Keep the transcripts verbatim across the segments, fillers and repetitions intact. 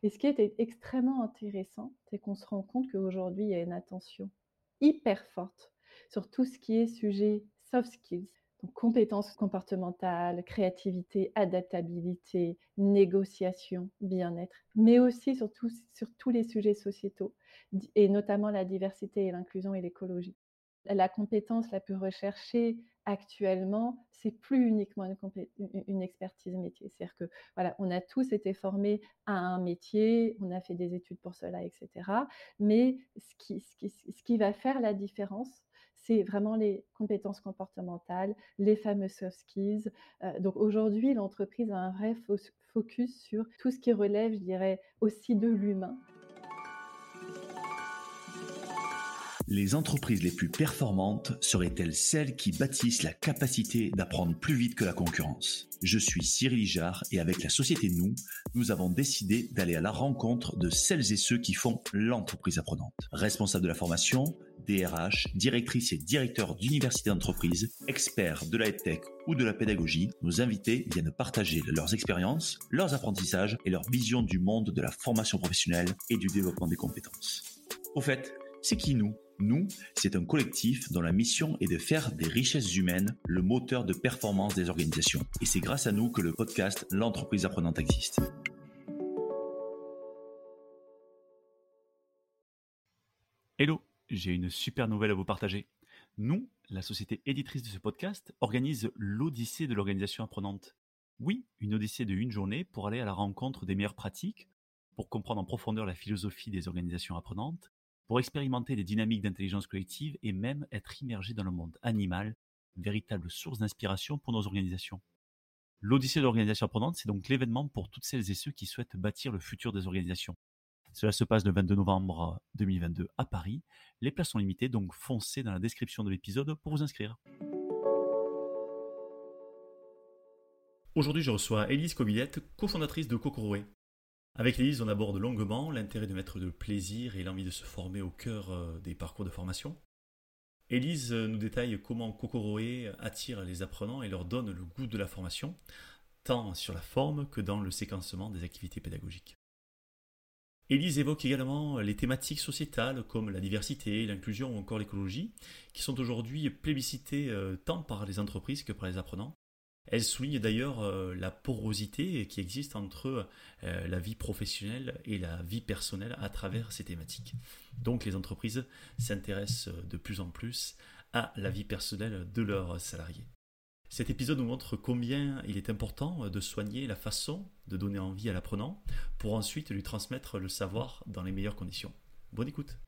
Et ce qui est extrêmement intéressant, c'est qu'on se rend compte qu'aujourd'hui, il y a une attention hyper forte sur tout ce qui est sujet soft skills, donc compétences comportementales, créativité, adaptabilité, négociation, bien-être, mais aussi sur, tout, sur tous les sujets sociétaux, et notamment la diversité et l'inclusion et l'écologie. La compétence la plus recherchée actuellement, c'est plus uniquement une, compé- une expertise métier. C'est-à-dire que voilà, on a tous été formés à un métier, on a fait des études pour cela, et cetera. Mais ce qui, ce qui, ce qui va faire la différence, c'est vraiment les compétences comportementales, les fameux soft skills. Euh, donc aujourd'hui, l'entreprise a un vrai focus sur tout ce qui relève, je dirais, aussi de l'humain. Les entreprises les plus performantes seraient-elles celles qui bâtissent la capacité d'apprendre plus vite que la concurrence? Je suis Cyril Ijard et avec la société Nous, nous avons décidé d'aller à la rencontre de celles et ceux qui font l'entreprise apprenante. Responsables de la formation, D R H, directrices et directeurs d'universités d'entreprise, experts de la tech ou de la pédagogie, nos invités viennent partager leurs expériences, leurs apprentissages et leur vision du monde de la formation professionnelle et du développement des compétences. Au fait, c'est qui Nous? Nous, c'est un collectif dont la mission est de faire des richesses humaines le moteur de performance des organisations. Et c'est grâce à nous que le podcast L'entreprise apprenante existe. Hello, j'ai une super nouvelle à vous partager. Nous, la société éditrice de ce podcast, organise l'Odyssée de l'organisation apprenante. Oui, une odyssée de une journée pour aller à la rencontre des meilleures pratiques, pour comprendre en profondeur la philosophie des organisations apprenantes, pour expérimenter des dynamiques d'intelligence collective et même être immergé dans le monde animal, véritable source d'inspiration pour nos organisations. L'Odyssée de l'organisation apprenante, c'est donc l'événement pour toutes celles et ceux qui souhaitent bâtir le futur des organisations. Cela se passe le vingt-deux novembre deux mille vingt-deux à Paris. Les places sont limitées, donc foncez dans la description de l'épisode pour vous inscrire. Aujourd'hui, je reçois Élise Covillette, cofondatrice de Kokoroé. Avec Élise, on aborde longuement l'intérêt de mettre le plaisir et l'envie de se former au cœur des parcours de formation. Élise nous détaille comment Kokoroé attire les apprenants et leur donne le goût de la formation, tant sur la forme que dans le séquencement des activités pédagogiques. Élise évoque également les thématiques sociétales comme la diversité, l'inclusion ou encore l'écologie, qui sont aujourd'hui plébiscitées tant par les entreprises que par les apprenants. Elle souligne d'ailleurs la porosité qui existe entre la vie professionnelle et la vie personnelle à travers ces thématiques. Donc les entreprises s'intéressent de plus en plus à la vie personnelle de leurs salariés. Cet épisode nous montre combien il est important de soigner la façon de donner envie à l'apprenant pour ensuite lui transmettre le savoir dans les meilleures conditions. Bonne écoute.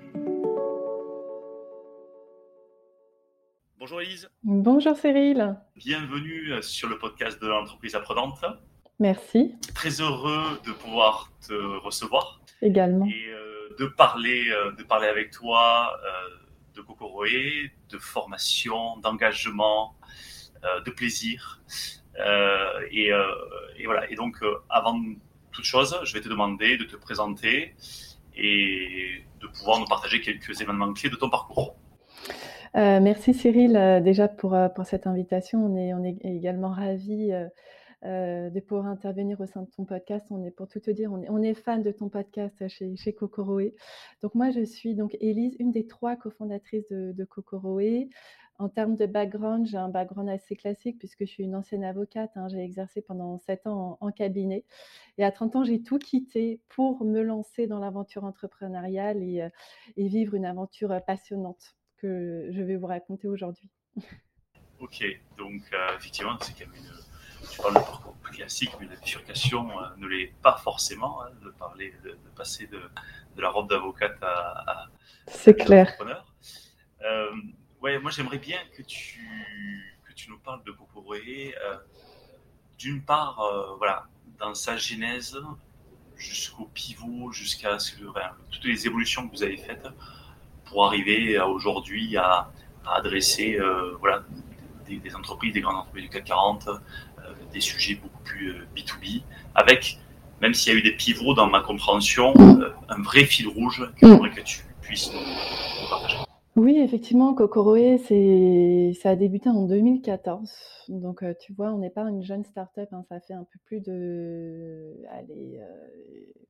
Bonjour Élise. Bonjour Cyril. Bienvenue sur le podcast de l'entreprise apprenante. Merci. Très heureux de pouvoir te recevoir. Également. Et euh, de, parler, euh, de parler avec toi euh, de Kokoroé, de formation, d'engagement, euh, de plaisir. Euh, et, euh, et voilà. Et donc, euh, avant toute chose, je vais te demander de te présenter et de pouvoir nous partager quelques événements clés de ton parcours. Euh, merci Cyril euh, déjà pour, euh, pour cette invitation. On est, on est également ravis euh, euh, de pouvoir intervenir au sein de ton podcast. On est, pour tout te dire, on est, on est fan de ton podcast chez, chez Kokoroé. Donc moi, je suis donc Élise, une des trois cofondatrices de, de Kokoroé. En termes de background, j'ai un background assez classique puisque je suis une ancienne avocate. Hein, j'ai exercé pendant sept ans en, en cabinet. Et à trente ans, j'ai tout quitté pour me lancer dans l'aventure entrepreneuriale et, euh, et vivre une aventure passionnante que je vais vous raconter aujourd'hui. Ok, donc euh, effectivement, c'est quand même une... Tu parles de parcours plus classique, mais la bifurcation euh, ne l'est pas forcément, hein, de, parler, de, de passer de, de la robe d'avocate à, à, c'est clair. Entrepreneur. Euh, ouais, moi j'aimerais bien que tu, que tu nous parles de Kokoroé. Euh, d'une part, euh, voilà, dans sa genèse, jusqu'au pivot, jusqu'à ce que, enfin, toutes les évolutions que vous avez faites pour arriver à aujourd'hui à, à adresser euh, voilà, des, des entreprises, des grandes entreprises du C A C quarante, euh, des sujets beaucoup plus euh, B deux B, avec, même s'il y a eu des pivots dans ma compréhension, euh, un vrai fil rouge que j'aimerais que tu puisses nous, nous partager. Oui, effectivement, Kokoroé, c'est, ça a débuté en deux mille quatorze. Donc, euh, tu vois, on n'est pas une jeune start-up. Hein, ça fait un peu plus de, allez, euh,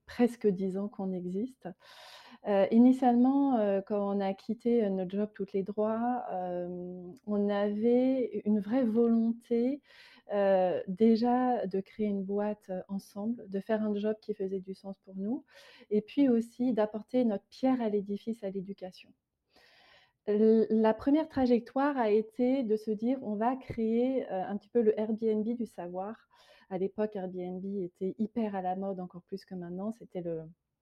presque dix ans qu'on existe. Euh, initialement, euh, quand on a quitté notre job toutes les droits, euh, on avait une vraie volonté euh, déjà de créer une boîte ensemble, de faire un job qui faisait du sens pour nous, et puis aussi d'apporter notre pierre à l'édifice à l'éducation. La première trajectoire a été de se dire on va créer euh, un petit peu le Airbnb du savoir. À l'époque, Airbnb était hyper à la mode, encore plus que maintenant, c'était le,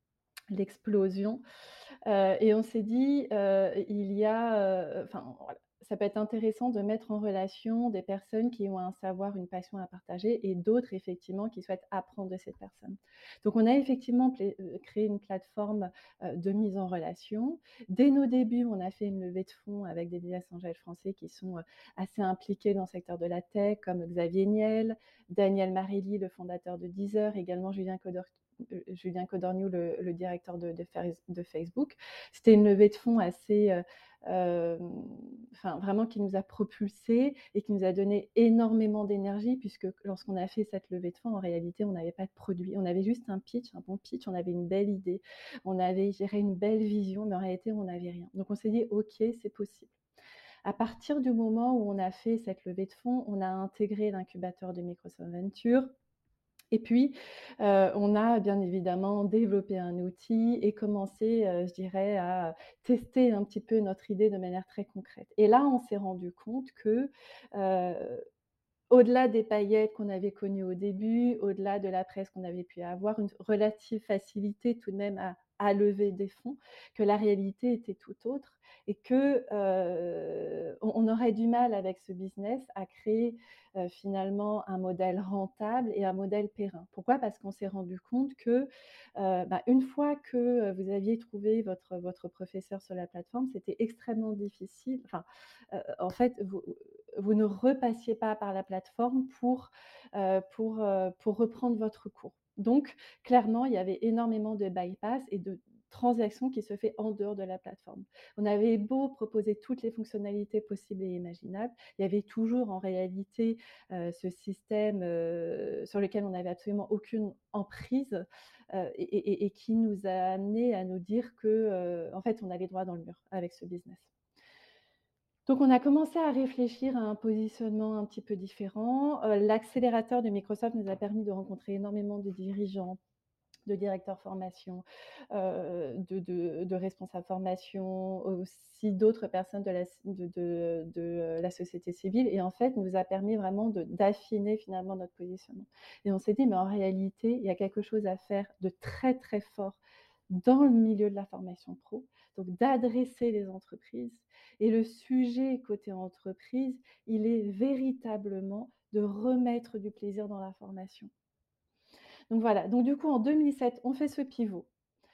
l'explosion. Euh, et on s'est dit, euh, il y a, enfin, euh, voilà, ça peut être intéressant de mettre en relation des personnes qui ont un savoir, une passion à partager, et d'autres, effectivement, qui souhaitent apprendre de cette personne. Donc, on a effectivement créé une plateforme de mise en relation. Dès nos débuts, on a fait une levée de fonds avec des business angels français qui sont assez impliqués dans le secteur de la tech, comme Xavier Niel, Daniel Maréli, le fondateur de Deezer, également Julien Codor Julien Codorniou, le, le directeur de, de, de Facebook. C'était une levée de fonds assez, euh, euh, enfin, vraiment qui nous a propulsés et qui nous a donné énormément d'énergie, puisque lorsqu'on a fait cette levée de fonds, en réalité, on n'avait pas de produit. On avait juste un pitch, un bon pitch, on avait une belle idée, on avait, je dirais, une belle vision, mais en réalité, on n'avait rien. Donc, on s'est dit, OK, c'est possible. À partir du moment où on a fait cette levée de fonds, on a intégré l'incubateur de Microsoft Venture. Et puis, euh, on a bien évidemment développé un outil et commencé, euh, je dirais, à tester un petit peu notre idée de manière très concrète. Et là, on s'est rendu compte que, euh, au-delà des paillettes qu'on avait connues au début, au-delà de la presse qu'on avait pu avoir, une relative facilité tout de même à, à lever des fonds, que la réalité était tout autre et que euh, on, on aurait du mal avec ce business à créer euh, finalement un modèle rentable et un modèle périn. Pourquoi ? Parce qu'on s'est rendu compte que euh, bah, une fois que vous aviez trouvé votre, votre professeur sur la plateforme, c'était extrêmement difficile. Enfin, euh, en fait, vous, vous ne repassiez pas par la plateforme pour, euh, pour, euh, pour reprendre votre cours. Donc, clairement, il y avait énormément de bypass et de transactions qui se fait en dehors de la plateforme. On avait beau proposer toutes les fonctionnalités possibles et imaginables, il y avait toujours en réalité euh, ce système euh, sur lequel on n'avait absolument aucune emprise euh, et, et, et qui nous a amené à nous dire que, euh, en fait, on allait droit dans le mur avec ce business. Donc, on a commencé à réfléchir à un positionnement un petit peu différent. Euh, l'accélérateur de Microsoft nous a permis de rencontrer énormément de dirigeants, de directeurs formation, euh, de, de, de responsables formation, aussi d'autres personnes de la, de, de, de la société civile. Et en fait, nous a permis vraiment de, d'affiner finalement notre positionnement. Et on s'est dit, mais en réalité, il y a quelque chose à faire de très, très fort dans le milieu de la formation pro, donc d'adresser les entreprises. Et le sujet côté entreprise, il est véritablement de remettre du plaisir dans la formation. Donc voilà, donc du coup en deux mille sept, on fait ce pivot.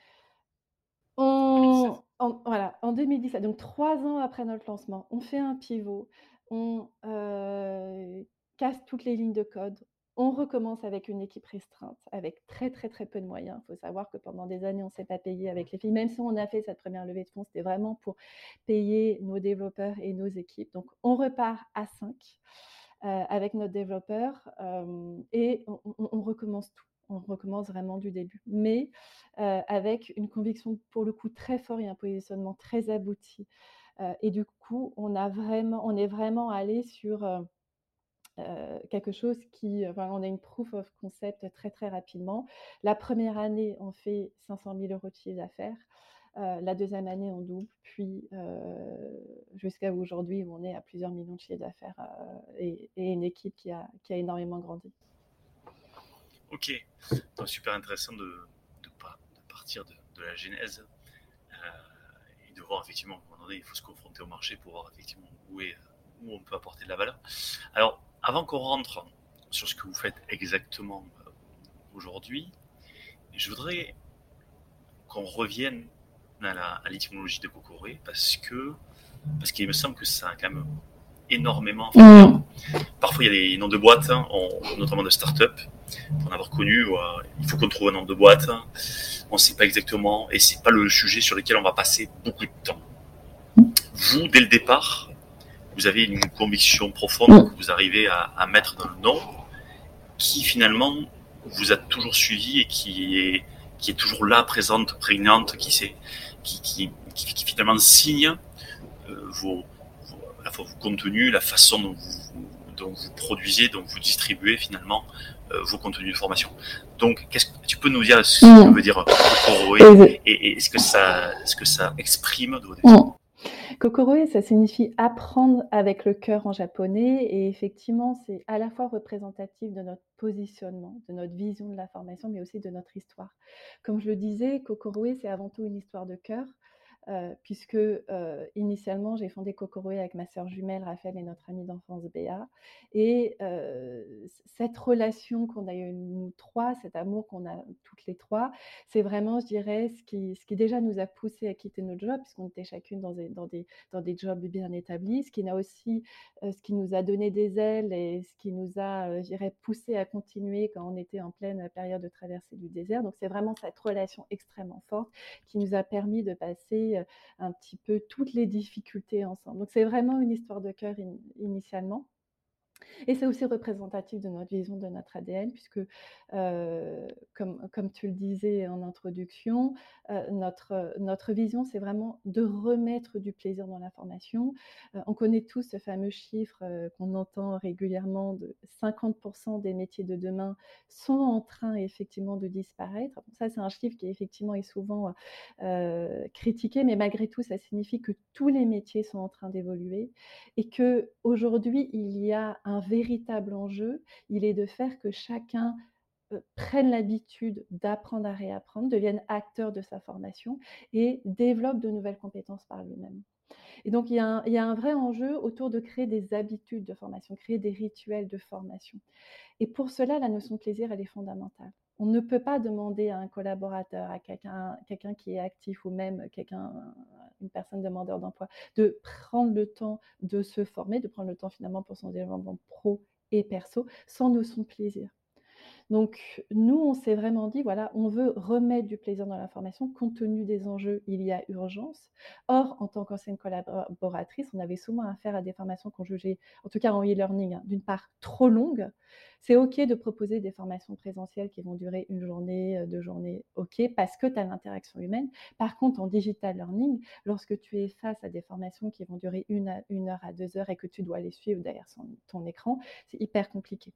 On, en, voilà, en deux mille dix-sept, donc trois ans après notre lancement, on fait un pivot, on euh, casse toutes les lignes de code, on recommence avec une équipe restreinte, avec très très très peu de moyens. Il faut savoir que pendant des années, on ne s'est pas payé avec les filles, même si on a fait cette première levée de fonds, c'était vraiment pour payer nos développeurs et nos équipes. Donc on repart à cinq euh, avec notre développeur euh, et on, on, on recommence tout. On recommence vraiment du début, mais euh, avec une conviction pour le coup très fort et un positionnement très abouti. Euh, et du coup, on, a vraiment, on est vraiment allé sur euh, euh, quelque chose qui... Enfin, on a une proof of concept très, très rapidement. La première année, on fait cinq cent mille euros de chiffre d'affaires. Euh, la deuxième année, on double, puis euh, jusqu'à aujourd'hui, où on est à plusieurs millions de chiffres d'affaires euh, et, et une équipe qui a, qui a énormément grandi. Ok, donc super intéressant de, de, de partir de, de la genèse euh, et de voir effectivement, à un moment donné, il faut se confronter au marché pour voir effectivement où, est, où on peut apporter de la valeur. Alors, avant qu'on rentre sur ce que vous faites exactement aujourd'hui, je voudrais qu'on revienne à, la, à l'étymologie de Cocoré parce que parce qu'il me semble que ça a quand même énormément. Enfin, mmh. Parfois, il y a des noms de boîtes, hein, on, notamment de start-up. Pour en avoir connu, euh, il faut qu'on trouve un nom de boîte. Hein. On ne sait pas exactement, et c'est pas le sujet sur lequel on va passer beaucoup de temps. Vous, dès le départ, vous avez une conviction profonde que vous arrivez à, à mettre dans le nom, qui finalement vous a toujours suivi et qui est qui est toujours là, présente, prégnante, qui, qui, qui, qui, qui finalement signe euh, vos, vos, à la fois vos contenus, la façon dont vous, dont vous produisez, dont vous distribuez finalement euh, vos contenus de formation. Donc, qu'est-ce que tu peux nous dire ce que mmh. veut dire Kokoroé et, et ce que ça, ce que ça exprime de vos développements? mmh. Kokoroé, ça signifie apprendre avec le cœur en japonais, et effectivement, c'est à la fois représentatif de notre positionnement, de notre vision de la formation, mais aussi de notre histoire. Comme je le disais, Kokoroé, c'est avant tout une histoire de cœur. Euh, puisque euh, initialement j'ai fondé Kokoroé avec ma sœur jumelle Raphaël et notre amie d'enfance Béa, et euh, cette relation qu'on a eu nous trois, cet amour qu'on a toutes les trois, c'est vraiment, je dirais, ce qui, ce qui déjà nous a poussé à quitter notre job, puisqu'on était chacune dans des, dans des, dans des jobs bien établis, ce qui n'a aussi, euh, ce qui nous a donné des ailes et ce qui nous a, euh, je dirais, poussé à continuer quand on était en pleine période de traversée du désert. Donc c'est vraiment cette relation extrêmement forte qui nous a permis de passer un petit peu toutes les difficultés ensemble. Donc c'est vraiment une histoire de cœur in- initialement. Et c'est aussi représentatif de notre vision, de notre A D N, puisque, euh, comme, comme tu le disais en introduction, euh, notre, notre vision, c'est vraiment de remettre du plaisir dans la formation. Euh, on connaît tous ce fameux chiffre euh, qu'on entend régulièrement de cinquante pour cent des métiers de demain sont en train effectivement de disparaître. Bon, ça, c'est un chiffre qui effectivement est souvent euh, critiqué, mais malgré tout, ça signifie que tous les métiers sont en train d'évoluer et qu'aujourd'hui, il y a un véritable enjeu, il est de faire que chacun euh, prenne l'habitude d'apprendre à réapprendre, devienne acteur de sa formation et développe de nouvelles compétences par lui-même. Et donc, il y, a un, il y a un vrai enjeu autour de créer des habitudes de formation, créer des rituels de formation. Et pour cela, la notion de plaisir, elle est fondamentale. On ne peut pas demander à un collaborateur, à quelqu'un, quelqu'un qui est actif ou même quelqu'un, une personne demandeur d'emploi, de prendre le temps de se former, de prendre le temps finalement pour son développement pro et perso, sans notion de plaisir. Donc, nous, on s'est vraiment dit, voilà, on veut remettre du plaisir dans la formation. Compte tenu des enjeux, il y a urgence. Or, en tant qu'ancienne collaboratrice, on avait souvent affaire à des formations qu'on jugeait, en tout cas en e-learning, hein, d'une part trop longues. C'est OK de proposer des formations présentielles qui vont durer une journée, deux journées, OK, parce que tu as l'interaction humaine. Par contre, en digital learning, lorsque tu es face à des formations qui vont durer une, à, une heure à deux heures et que tu dois les suivre derrière son, ton écran, c'est hyper compliqué.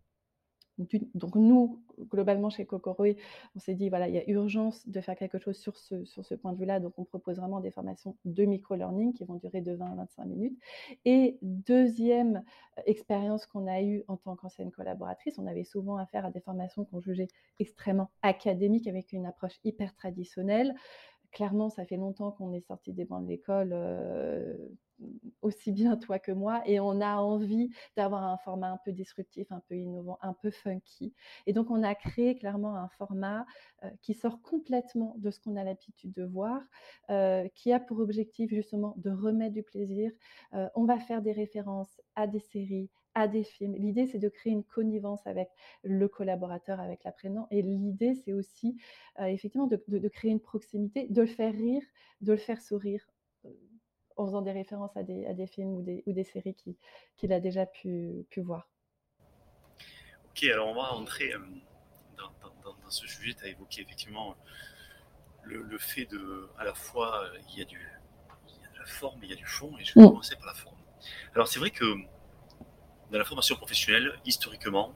Donc nous, globalement chez Kokoroé, on s'est dit, voilà, il y a urgence de faire quelque chose sur ce, sur ce point de vue-là. Donc on propose vraiment des formations de micro-learning qui vont durer de vingt à vingt-cinq minutes. Et deuxième expérience qu'on a eue en tant qu'ancienne collaboratrice, on avait souvent affaire à des formations qu'on jugeait extrêmement académiques avec une approche hyper traditionnelle. Clairement, ça fait longtemps qu'on est sorti des bancs de l'école, euh, aussi bien toi que moi, et on a envie d'avoir un format un peu disruptif, un peu innovant, un peu funky. Et donc, on a créé clairement un format euh, qui sort complètement de ce qu'on a l'habitude de voir, euh, qui a pour objectif justement de remettre du plaisir. Euh, on va faire des références à des séries, à des films. L'idée, c'est de créer une connivence avec le collaborateur, avec l'apprenant. Et l'idée, c'est aussi euh, effectivement de, de, de créer une proximité, de le faire rire, de le faire sourire, euh, en faisant des références à des, à des films ou des, ou des séries qu'il qui a déjà pu, pu voir. Ok, alors on va entrer euh, dans, dans, dans ce sujet. Tu as évoqué effectivement le, le fait de, à la fois, euh, il y a du, il y a de la forme, il y a du fond, et je vais mmh. commencer par la forme. Alors c'est vrai que dans la formation professionnelle, historiquement,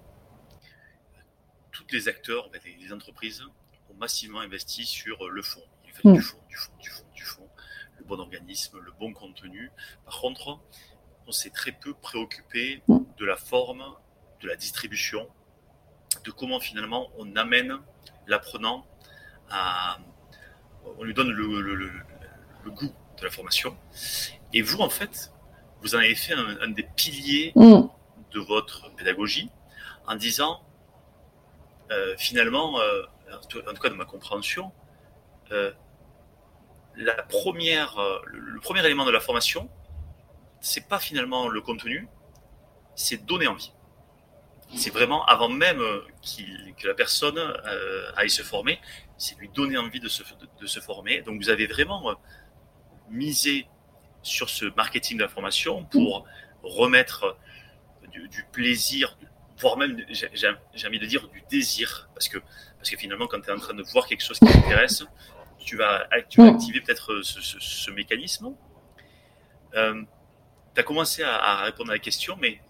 tous les acteurs, les, les entreprises ont massivement investi sur le fond. Il fallait mmh. du fond, du fond, du fond, du fond, le bon organisme, le bon contenu. Par contre, on s'est très peu préoccupé mmh. de la forme, de la distribution, de comment finalement on amène l'apprenant à... On lui donne le, le, le, le goût de la formation. Et vous, en fait, vous en avez fait un, un des piliers mmh. de votre pédagogie en disant, euh, finalement, euh, en tout cas de ma compréhension, euh, la première, euh, le, le premier élément de la formation, c'est pas finalement le contenu, c'est donner envie. C'est vraiment avant même qu'il, que la personne euh, aille se former, c'est lui donner envie de se, de, de se former. Donc vous avez vraiment euh, misé sur ce marketing de la formation pour remettre du, du plaisir, voire même, j'ai, j'ai envie de dire, du désir. Parce que Parce que finalement, quand tu es en train de voir quelque chose qui t'intéresse, tu vas, tu vas activer peut-être ce, ce, ce mécanisme. Euh, tu as commencé à, à répondre à la question, mais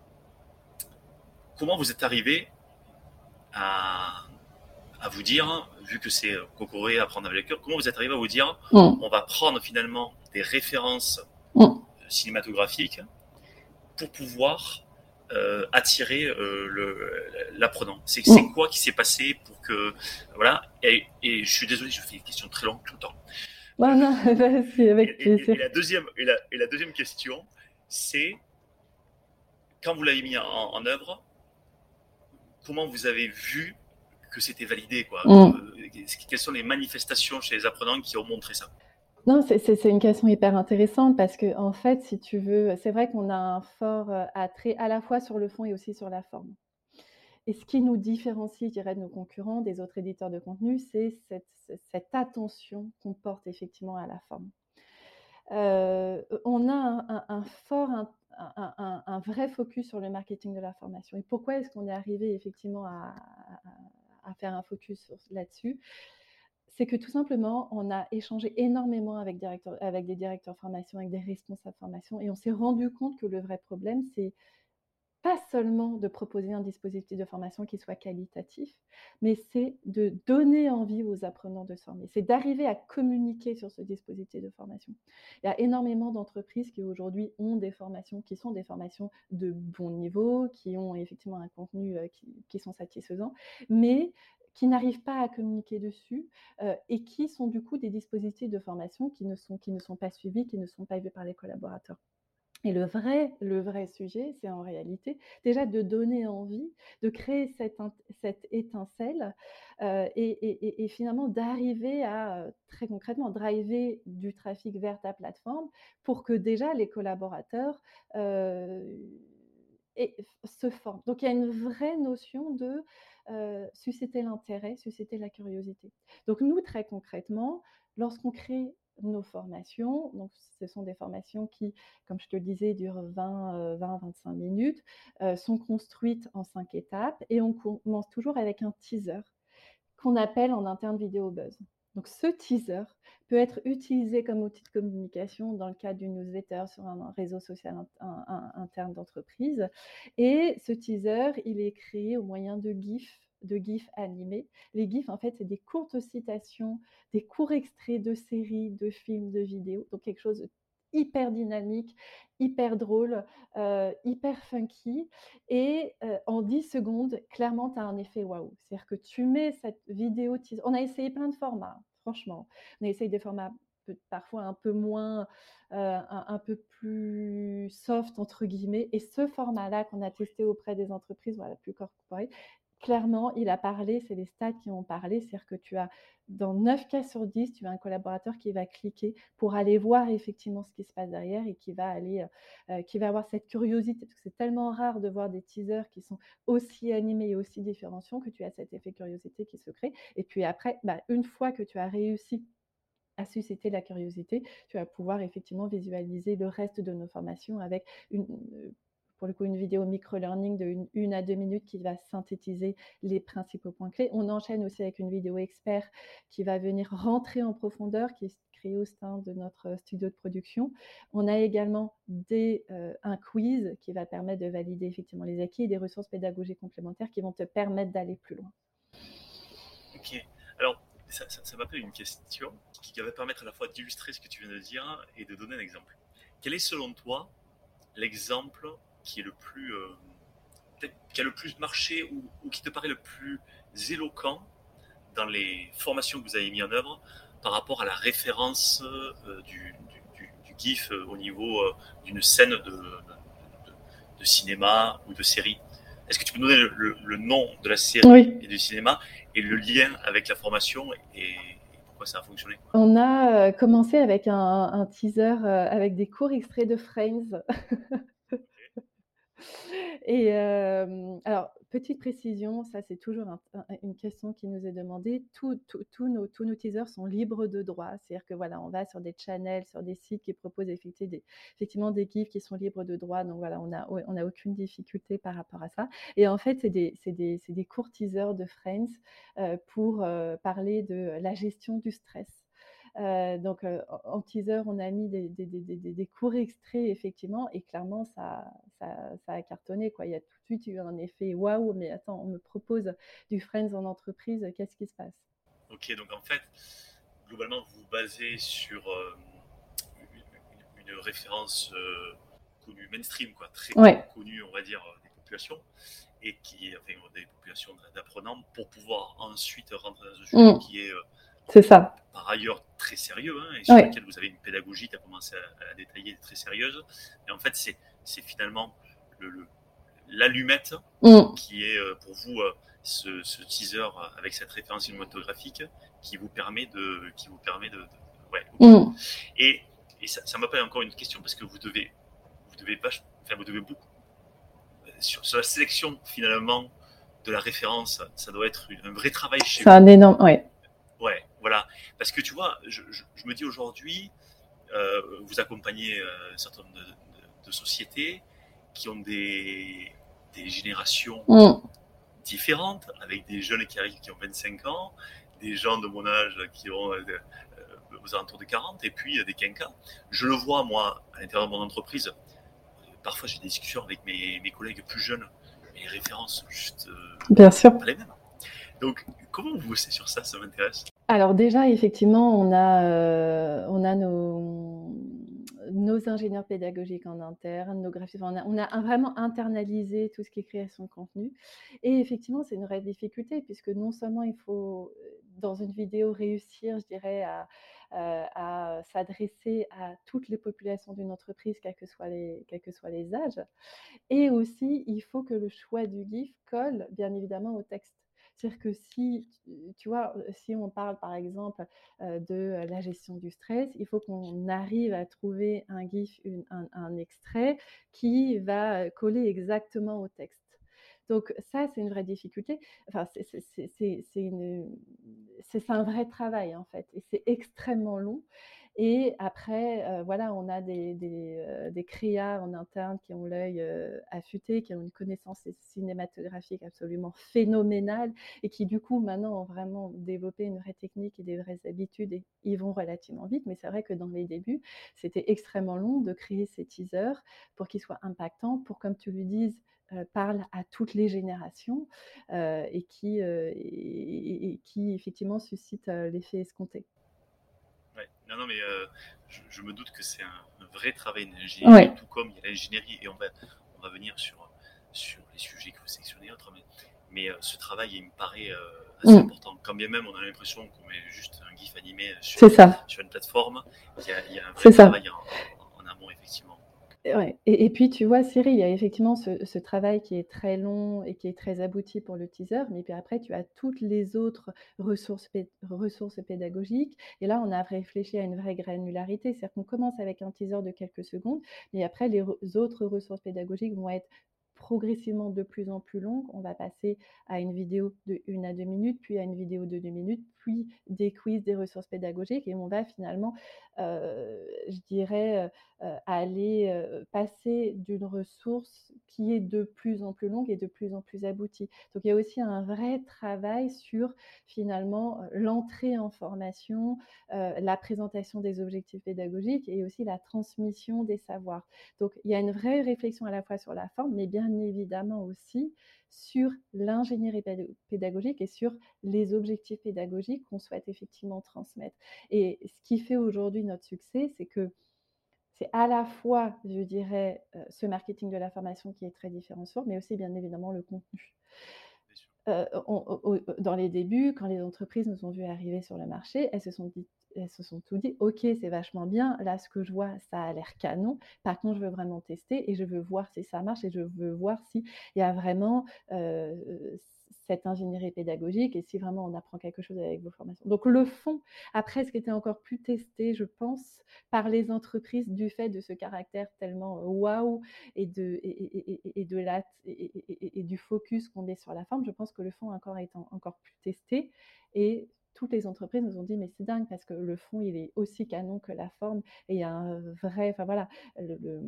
comment vous êtes arrivé à, à vous dire, vu que c'est Kokore, apprendre avec le cœur, comment vous êtes arrivé à vous dire, mmh. on va prendre finalement des références mmh. cinématographiques pour pouvoir euh, attirer euh, le, l'apprenant. C'est, c'est mmh. quoi qui s'est passé pour que... Voilà, et, et je suis désolé, je fais des questions très longues tout le temps. Bah non, c'est avec plaisir. Et, et, et, la deuxième, et, la, et la deuxième question, c'est, quand vous l'avez mis en, en œuvre, comment vous avez vu que c'était validé, quoi. Mmh. Euh, quelles sont les manifestations chez les apprenants qui ont montré ça? Non, c'est, c'est, c'est une question hyper intéressante parce que, en fait, si tu veux, c'est vrai qu'on a un fort attrait à la fois sur le fond et aussi sur la forme. Et ce qui nous différencie, je dirais, de nos concurrents, des autres éditeurs de contenu, c'est cette, cette attention qu'on porte effectivement à la forme. Euh, on a un, un, un fort, un, un, un, vrai focus sur le marketing de la formation. Et pourquoi est-ce qu'on est arrivé effectivement à, à, à faire un focus sur, là-dessus ? C'est que tout simplement, on a échangé énormément avec, directeur, avec des directeurs de formation, avec des responsables de formation, et on s'est rendu compte que le vrai problème, c'est pas seulement de proposer un dispositif de formation qui soit qualitatif, mais c'est de donner envie aux apprenants de se former. C'est d'arriver à communiquer sur ce dispositif de formation. Il y a énormément d'entreprises qui aujourd'hui ont des formations qui sont des formations de bon niveau, qui ont effectivement un contenu qui, qui sont satisfaisants, mais qui n'arrivent pas à communiquer dessus euh, et qui sont du coup des dispositifs de formation qui ne sont, qui ne sont pas suivis, qui ne sont pas vus par les collaborateurs. Et le vrai, le vrai sujet, c'est en réalité déjà de donner envie, de créer cette, cette étincelle euh, et, et, et finalement d'arriver à, très concrètement, driver du trafic vers ta plateforme pour que déjà les collaborateurs euh, et, se forment. Donc il y a une vraie notion de euh, susciter l'intérêt, susciter la curiosité. Donc nous, très concrètement, lorsqu'on crée nos formations, donc ce sont des formations qui, comme je te le disais, durent vingt à vingt-cinq minutes, euh, sont construites en cinq étapes et on commence toujours avec un teaser qu'on appelle en interne vidéo buzz. Donc ce teaser peut être utilisé comme outil de communication dans le cadre d'une newsletter sur un réseau social un, un, interne d'entreprise. Et ce teaser, il est créé au moyen de GIFs, de GIFs animés. Les GIFs, en fait, c'est des courtes citations, des courts extraits de séries, de films, de vidéos. Donc quelque chose de hyper dynamique, hyper drôle, euh, hyper funky. Et euh, en dix secondes, clairement, tu as un effet waouh. C'est-à-dire que tu mets cette vidéo teaser. On a essayé plein de formats, franchement. On a essayé des formats parfois un peu moins, euh, un, un peu plus soft, entre guillemets. Et ce format-là qu'on a testé auprès des entreprises, voilà, plus corporate, clairement, il a parlé, c'est les stats qui ont parlé, c'est-à-dire que tu as, dans neuf cas sur dix, tu as un collaborateur qui va cliquer pour aller voir effectivement ce qui se passe derrière et qui va aller, euh, qui va avoir cette curiosité, parce que c'est tellement rare de voir des teasers qui sont aussi animés et aussi différenciants que tu as cet effet curiosité qui se crée. Et puis après, bah, une fois que tu as réussi à susciter la curiosité, tu vas pouvoir effectivement visualiser le reste de nos formations avec une... pour le coup, une vidéo micro-learning de une, une à deux minutes qui va synthétiser les principaux points clés. On enchaîne aussi avec une vidéo expert qui va venir rentrer en profondeur, qui est créée au sein de notre studio de production. On a également des, euh, un quiz qui va permettre de valider effectivement les acquis et des ressources pédagogiques complémentaires qui vont te permettre d'aller plus loin. Ok. Alors, ça, ça, ça m'appelle une question qui va permettre à la fois d'illustrer ce que tu viens de dire et de donner un exemple. Quel est selon toi l'exemple qui est le plus, euh, peut-être qui a le plus marché ou, ou qui te paraît le plus éloquent dans les formations que vous avez mis en œuvre par rapport à la référence euh, du, du, du, du GIF euh, au niveau euh, d'une scène de, de, de, de cinéma ou de série? Est-ce que tu peux nous donner le, le, le nom de la série oui. et du cinéma et le lien avec la formation et, et pourquoi ça a fonctionné? On a commencé avec un, un teaser avec des courts extraits de Friends. Et hem, alors, petite précision, ça c'est toujours un un une question qui nous est demandée. Tous tous tous nos tous nos teasers sont libres de droit. C'est-à-dire que voilà, on va sur des channels, sur des sites qui proposent effecti des effectivement des gifs qui sont libres de droit. Donc voilà, on a ouais, on a aucune difficulté par rapport à ça. Et en fait, c'est des c'est des c'est des courts teasers de Friends, heu, pour, heu, parler de la gestion du stress. Heu, donc, heu, en en teaser, on a mis des des des des des des courts extraits effectivement et clairement ça ça ça a cartonné, quoi. Il y a tout de suite eu un effet: «Waouh, mais attends, on me propose du Friends en entreprise, qu'est-ce qui se passe?» Ok, donc en fait, globalement, vous vous basez sur euh, une, une référence euh, connue, mainstream, quoi, très Ouais. connue, on va dire, euh, des populations, et qui est enfin, des populations d'apprenants, pour pouvoir ensuite rentrer dans un sujet Mmh. qui est euh, C'est ça. par ailleurs très sérieux, hein, et sur Ouais. lequel vous avez une pédagogie, tu as commencé à, à la détailler, très sérieuse. Et en fait, c'est, c'est finalement le, le- l'allumette Mmh. qui est euh, pour vous euh, ce, ce teaser euh, avec cette référence cinématographique qui vous permet de, qui vous permet de, de- ouais. ok. Mmh. Et, et ça, ça m'appelle encore une question parce que vous devez, vous devez pas, enfin vous devez beaucoup euh, sur, sur la sélection finalement de la référence. Ça doit être une- un vrai travail chez C'est vous. un énorme, ouais. Ouais, voilà. Parce que tu vois, je, je, je me dis aujourd'hui, euh, vous accompagnez euh, un certain nombre de, de- de sociétés qui ont des, des générations Mmh. différentes, avec des jeunes qui arrivent qui ont vingt-cinq ans, des gens de mon âge qui ont euh, euh, aux alentours de quarante, et puis euh, des quinquas. Je le vois, moi, à l'intérieur de mon entreprise. Parfois, j'ai des discussions avec mes, mes collègues plus jeunes, et les références sont juste euh, Bien sûr. pas les mêmes. Donc, comment vous bossez sur ça? Ça m'intéresse. Alors déjà, effectivement, on a, heu, on a nos nos ingénieurs pédagogiques en interne, nos graphistes. Enfin, on a on a vraiment internalisé tout ce qui est création de contenu et effectivement, c'est une vraie difficulté puisque non seulement il faut, heu, dans une vidéo réussir, je dirais, à, heu, à s'adresser à toutes les populations d'une entreprise, quels que soient les quels que soient les âges et aussi il faut que le choix du GIF colle bien évidemment au texte. C'est-à-dire que si, tu vois, si on parle par exemple euh, de la gestion du stress, il faut qu'on arrive à trouver un GIF, une- un, un extrait qui va coller exactement au texte. Donc ça, c'est une vraie difficulté. Enfin, c'est c'est- c'est- c'est- c'est une- c'est- c'est un vrai travail en fait, et c'est extrêmement long. Et après, euh, voilà, on a des, des, euh, des créas en interne qui ont l'œil euh, affûté, qui ont une connaissance cinématographique absolument phénoménale et qui, du coup, maintenant ont vraiment développé une vraie technique et des vraies habitudes et ils vont relativement vite. Mais c'est vrai que dans les débuts, c'était extrêmement long de créer ces teasers pour qu'ils soient impactants, pour, comme tu le dises, euh, parle à toutes les générations euh, et, qui, euh, et, et, et, qui, effectivement, suscite euh, l'effet escompté. Ouais. Non, non, mais euh, je, je, me doute que c'est un, un, vrai travail d'ingénierie, ouais. Tout comme il y a l'ingénierie, et on va, on va venir sur, sur les sujets que vous sélectionnez, autres, mais, mais euh, ce travail, il me paraît euh, assez mmh. important. Quand bien même on a l'impression qu'on met juste un GIF animé sur, sur une plateforme, il y a, il y a un vrai c'est travail en, en, en amont, effectivement. Ouais. Et, et puis, tu vois, Cyril, il y a effectivement ce, ce travail qui est très long et qui est très abouti pour le teaser, mais puis après, tu as toutes les autres ressources, pé- ressources pédagogiques. Et là, on a réfléchi à une vraie granularité, c'est-à-dire qu'on commence avec un teaser de quelques secondes, mais après, les re- autres ressources pédagogiques vont être progressivement de plus en plus longues. On va passer à une vidéo de une à deux minutes, puis à une vidéo de deux minutes, puis des quiz, des ressources pédagogiques, et on va finalement, euh, je dirais, euh, aller euh, passer d'une ressource qui est de plus en plus longue et de plus en plus aboutie. Donc il y a aussi un vrai travail sur finalement l'entrée en formation, euh, la présentation des objectifs pédagogiques et aussi la transmission des savoirs. Donc il y a une vraie réflexion à la fois sur la forme, mais bien évidemment aussi sur l'ingénierie pédagogique et sur les objectifs pédagogiques qu'on souhaite effectivement transmettre. Et ce qui fait aujourd'hui notre succès, c'est que c'est à la fois, je dirais, euh, ce marketing de la formation qui est très différenciant, mais aussi bien évidemment le contenu. Euh, on, on, dans les débuts, quand les entreprises nous ont vu arriver sur le marché, elles se sont dit, elles se sont tout dit, ok, c'est vachement bien, là ce que je vois, ça a l'air canon, par contre je veux vraiment tester et je veux voir si ça marche et je veux voir s'il y a vraiment euh, cette ingénierie pédagogique et si vraiment on apprend quelque chose avec vos formations. Donc le fond, après, ce qui était encore plus testé, je pense, par les entreprises du fait de ce caractère tellement waouh et, de, et, et, et, et, de la, et, et, et du focus qu'on met sur la forme, je pense que le fond encore est en, encore plus testé. Et toutes les entreprises nous ont dit mais c'est dingue parce que le fond il est aussi canon que la forme et il y a un vrai, enfin voilà, le, le,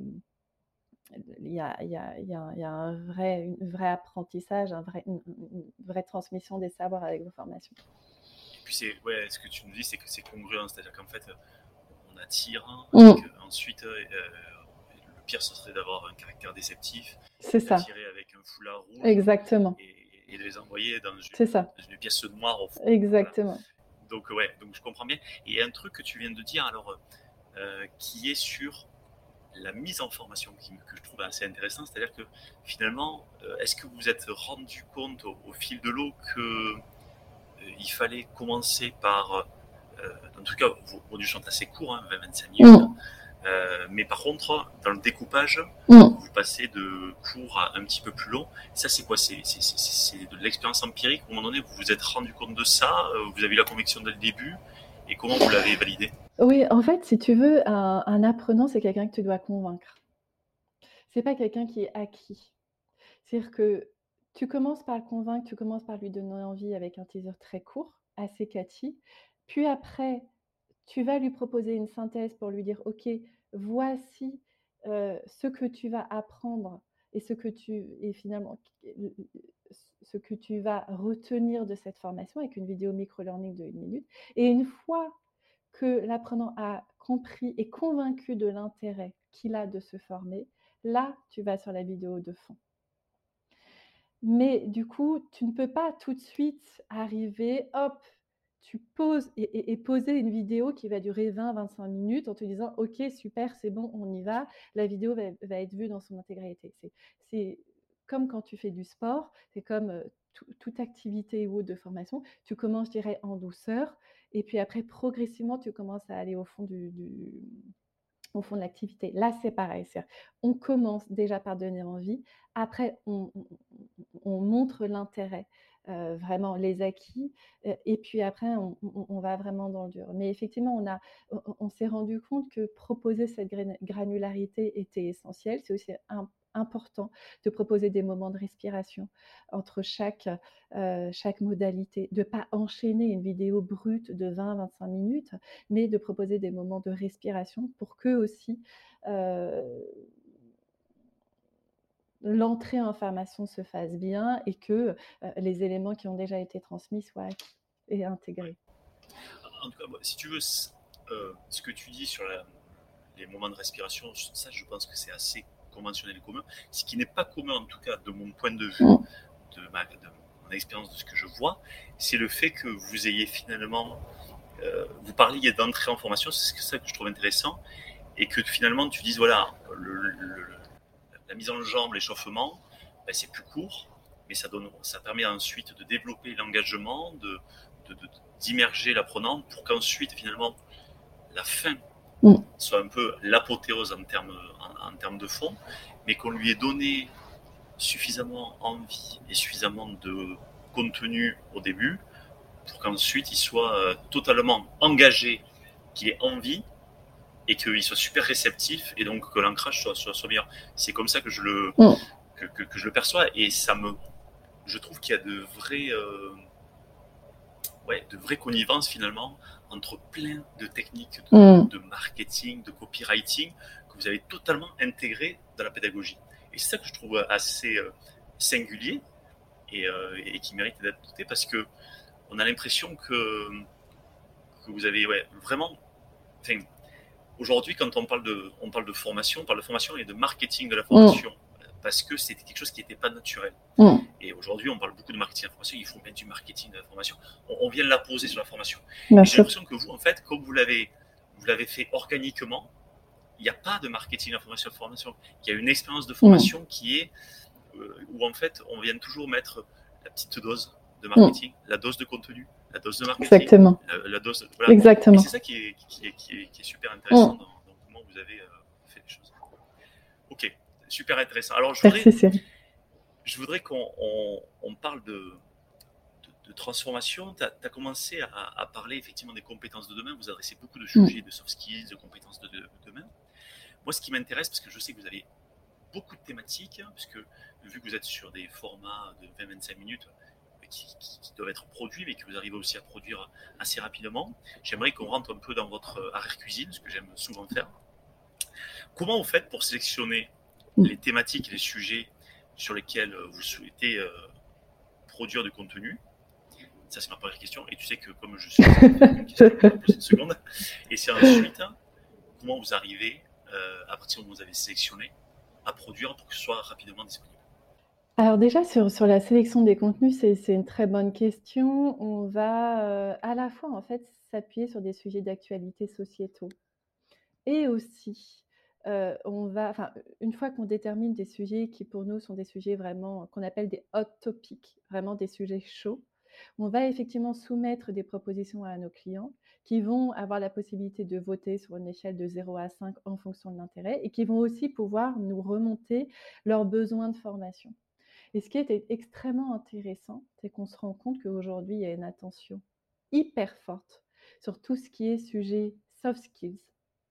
il y a, il y a, il y a, il y a un vrai, une vrai apprentissage, un vrai, une, une vraie transmission des savoirs avec vos formations. Et puis c'est, ouais, ce que tu nous dis, c'est que c'est congruent, c'est-à-dire qu'en fait, on attire, avec, mmh. ensuite, euh, le pire ce serait d'avoir un caractère déceptif, c'est ça. Attirer avec un foulard rouge, exactement, et, et de les envoyer dans une, c'est ça. dans une pièce noire au fond. Exactement. Voilà. Donc ouais, donc je comprends bien. Et un truc que tu viens de dire, alors, euh, qui est sur la mise en formation, qui, que je trouve assez intéressant, c'est-à-dire que finalement, euh, est-ce que vous vous êtes rendu compte au, au fil de l'eau que euh, il fallait commencer par, euh, en tout cas, vos modules sont assez courts, hein, vingt à vingt-cinq minutes, mmh. euh, mais par contre, dans le découpage, mmh. vous passez de court à un petit peu plus long. Ça, c'est quoi? C'est, c'est, c'est, c'est de l'expérience empirique. À un moment donné, vous vous êtes rendu compte de ça, euh, vous avez eu la conviction dès le début, et comment vous l'avez validé? Oui, en fait, si tu veux, un, un apprenant, c'est quelqu'un que tu dois convaincre. C'est pas quelqu'un qui est acquis. C'est-à-dire que tu commences par le convaincre, tu commences par lui donner envie avec un teaser très court, assez catchy. Puis après, tu vas lui proposer une synthèse pour lui dire, OK, voici euh, ce que tu vas apprendre et ce que tu et finalement ce que tu vas retenir de cette formation avec une vidéo micro-learning de une minute. Et une fois que l'apprenant a compris et convaincu de l'intérêt qu'il a de se former, là, tu vas sur la vidéo de fond. Mais du coup, tu ne peux pas tout de suite arriver, hop, tu poses et, et, et poser une vidéo qui va durer vingt à vingt-cinq minutes en te disant, OK, super, c'est bon, on y va. La vidéo va, va être vue dans son intégralité. C'est, c'est comme quand tu fais du sport, c'est comme euh, tout, toute activité ou autre de formation. Tu commences, je dirais, en douceur. Et puis après, progressivement, tu commences à aller au fond du... du au fond de l'activité. Là, c'est pareil. C'est on commence déjà par donner envie. Après, on, on, on montre l'intérêt, euh, vraiment les acquis. Euh, et puis après, on, on, on va vraiment dans le dur. Mais effectivement, on, a, on, on s'est rendu compte que proposer cette granularité était essentiel. C'est aussi un important de proposer des moments de respiration entre chaque, euh, chaque modalité, de ne pas enchaîner une vidéo brute de vingt à vingt-cinq minutes, mais de proposer des moments de respiration pour qu'eux aussi, euh, l'entrée en formation se fasse bien et que euh, les éléments qui ont déjà été transmis soient acquis et intégrés. En tout cas, si tu veux, euh, ce que tu dis sur la, les moments de respiration, ça, je pense que c'est assez conventionnel et commun. Ce qui n'est pas commun, en tout cas, de mon point de vue, mmh. de, ma, de mon expérience, de ce que je vois, c'est le fait que vous ayez finalement, euh, vous parliez d'entrée en formation, c'est ça que je trouve intéressant, et que finalement tu dises, voilà, le, le, la mise en jambe, l'échauffement, ben, c'est plus court, mais ça, donne, ça permet ensuite de développer l'engagement, de, de, de, d'immerger l'apprenant pour qu'ensuite, finalement, la fin mmh. soit un peu l'apothéose en termes, en, en termes de fond, mais qu'on lui ait donné suffisamment envie et suffisamment de contenu au début pour qu'ensuite il soit euh, totalement engagé, qu'il ait envie et qu'il soit super réceptif et donc que l'ancrage soit, soit, soit meilleur. C'est comme ça que je le, mmh. que, que, que je le perçois et ça me, je trouve qu'il y a de vraies, euh, ouais, de vraies connivences finalement entre plein de techniques de, mmh. de marketing, de copywriting que vous avez totalement intégrées dans la pédagogie. Et c'est ça que je trouve assez euh, singulier et, euh, et qui mérite d'être noté parce que on a l'impression que, que vous avez ouais, vraiment... Enfin, aujourd'hui, quand on parle, de, on parle de formation, on parle de formation et de marketing de la formation mmh. parce que c'était quelque chose qui n'était pas naturel. Mmh. Et aujourd'hui, on parle beaucoup de marketing de la formation. Il faut mettre du marketing de la formation. On, on vient de la poser sur la formation. Et j'ai l'impression que vous, en fait, comme vous l'avez, vous l'avez fait organiquement, il n'y a pas de marketing de la formation. formation. Il y a une expérience de formation mmh. qui est euh, où, en fait, on vient toujours mettre la petite dose de marketing, mmh. la dose de contenu, la dose de marketing. Exactement. La, la dose, voilà. Exactement. Et c'est ça qui est, qui est, qui est, qui est super intéressant mmh. dans, dans comment vous avez euh, fait les choses. Ok, super intéressant. Alors, je voudrais, Merci, Cyril. je voudrais qu'on on, on parle de, transformation, tu as commencé à, à parler effectivement des compétences de demain. Vous adressez beaucoup de Mm. sujets de soft skills, de compétences de, de, de demain. Moi, ce qui m'intéresse, parce que je sais que vous avez beaucoup de thématiques, hein, puisque vu que vous êtes sur des formats de vingt à vingt-cinq minutes qui, qui, qui doivent être produits, mais que vous arrivez aussi à produire assez rapidement, j'aimerais qu'on rentre un peu dans votre arrière-cuisine, ce que j'aime souvent faire. Comment vous faites pour sélectionner les thématiques et les sujets sur lesquels vous souhaitez euh, produire du contenu? Ça, c'est ma première question. Et tu sais que comme je suis une question, je vais poser une seconde. Et c'est ensuite, comment vous arrivez, euh, à partir du moment où vous avez sélectionné, à produire pour que ce soit rapidement disponible? Alors déjà, sur, sur la sélection des contenus, c'est, c'est une très bonne question. On va euh, à la fois en fait s'appuyer sur des sujets d'actualité sociétaux et aussi euh, on va, enfin, une fois qu'on détermine des sujets qui pour nous sont des sujets vraiment qu'on appelle des hot topics, vraiment des sujets chauds, on va effectivement soumettre des propositions à nos clients qui vont avoir la possibilité de voter sur une échelle de zéro à cinq en fonction de l'intérêt et qui vont aussi pouvoir nous remonter leurs besoins de formation. Et ce qui est extrêmement intéressant, c'est qu'on se rend compte qu'aujourd'hui, il y a une attention hyper forte sur tout ce qui est sujet soft skills.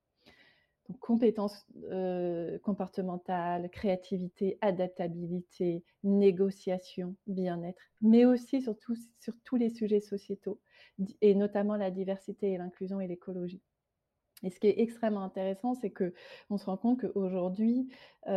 Donc, compétences euh, comportementales, créativité, adaptabilité, négociation, bien-être, mais aussi sur, tout, sur tous les sujets sociétaux, et notamment la diversité et l'inclusion et l'écologie. Et ce qui est extrêmement intéressant, c'est qu'on se rend compte qu'aujourd'hui,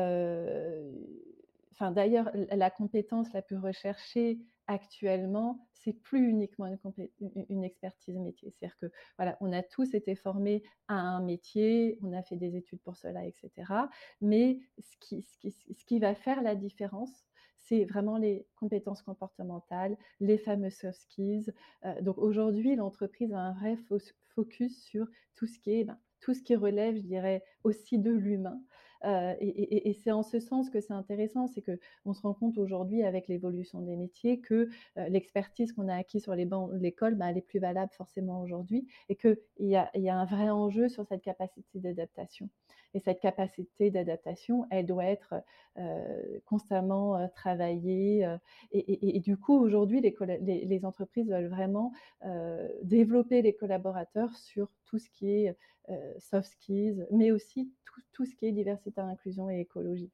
euh, enfin, d'ailleurs, la compétence la plus recherchée actuellement, c'est plus uniquement une, compé- une expertise métier. C'est-à-dire que voilà, on a tous été formés à un métier, on a fait des études pour cela, et cetera. Mais ce qui, ce qui, ce qui va faire la différence, c'est vraiment les compétences comportementales, les fameux soft skills. Euh, donc aujourd'hui, l'entreprise a un vrai focus sur tout ce qui est, ben, tout ce qui relève, je dirais, aussi de l'humain. Euh, et, et, et c'est en ce sens que c'est intéressant, c'est qu'on se rend compte aujourd'hui avec l'évolution des métiers que euh, l'expertise qu'on a acquise sur les bancs de l'école, ben, elle est plus valable forcément aujourd'hui et qu'il y a, y a un vrai enjeu sur cette capacité d'adaptation. Et cette capacité d'adaptation, elle doit être euh, constamment euh, travaillée. Euh, et, et, et du coup, aujourd'hui, les, les, les entreprises veulent vraiment euh, développer les collaborateurs sur tout ce qui est euh, soft skills, mais aussi tout, tout ce qui est diversité, inclusion et écologie.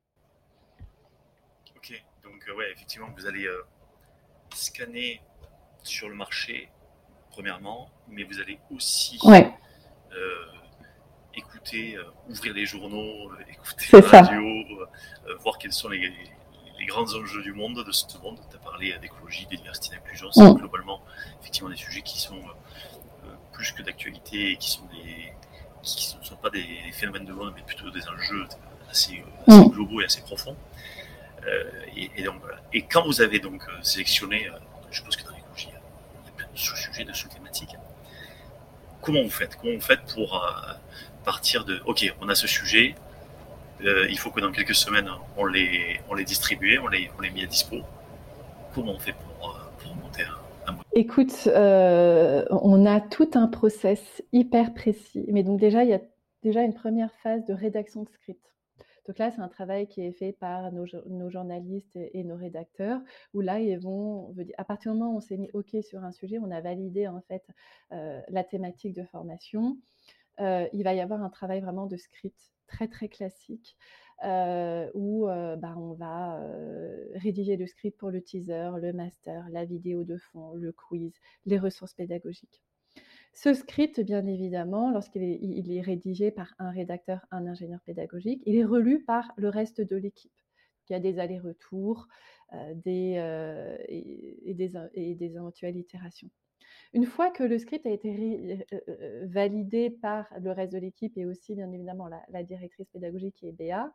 Ok, donc euh, ouais, effectivement, vous allez euh, scanner sur le marché, premièrement, mais vous allez aussi ouais. euh, écouter, euh, ouvrir les journaux, euh, écouter C'est la ça. radio, euh, voir quels sont les, les, les grands enjeux du monde, de ce monde. Tu as parlé d'écologie, de diversité, d'inclusion. C'est mmh. globalement effectivement des sujets qui sont euh, plus que d'actualité et qui sont des qui ne sont pas des phénomènes de monde, mais plutôt des enjeux assez, assez mmh. globaux et assez profonds. Euh, et, et, donc, voilà. Et quand vous avez donc euh, sélectionné, euh, je pense que dans l'écologie, il y a plein de sous-sujets, de sous-thématiques. Comment vous faites Comment vous faites pour euh, partir de, ok, on a ce sujet, euh, il faut que dans quelques semaines, on les, on les distribue, on les, on les met à dispo. Comment on fait pour, euh, pour monter un, un modèle? Écoute, euh, on a tout un process hyper précis. Mais donc déjà, il y a déjà une première phase de rédaction de script. Donc là, c'est un travail qui est fait par nos, nos journalistes et, et nos rédacteurs, où là, ils vont, à partir du moment où on s'est mis OK sur un sujet, on a validé en fait euh, la thématique de formation. Euh, il va y avoir un travail vraiment de script très très classique euh, où euh, bah, on va euh, rédiger le script pour le teaser, le master, la vidéo de fond, le quiz, les ressources pédagogiques. Ce script, bien évidemment, lorsqu'il est, il est rédigé par un rédacteur, un ingénieur pédagogique, il est relu par le reste de l'équipe. Il y a des allers-retours euh, des, euh, et, et, des, et des éventuelles itérations. Une fois que le script a été ré, euh, validé par le reste de l'équipe et aussi, bien évidemment, la, la directrice pédagogique qui est Béa,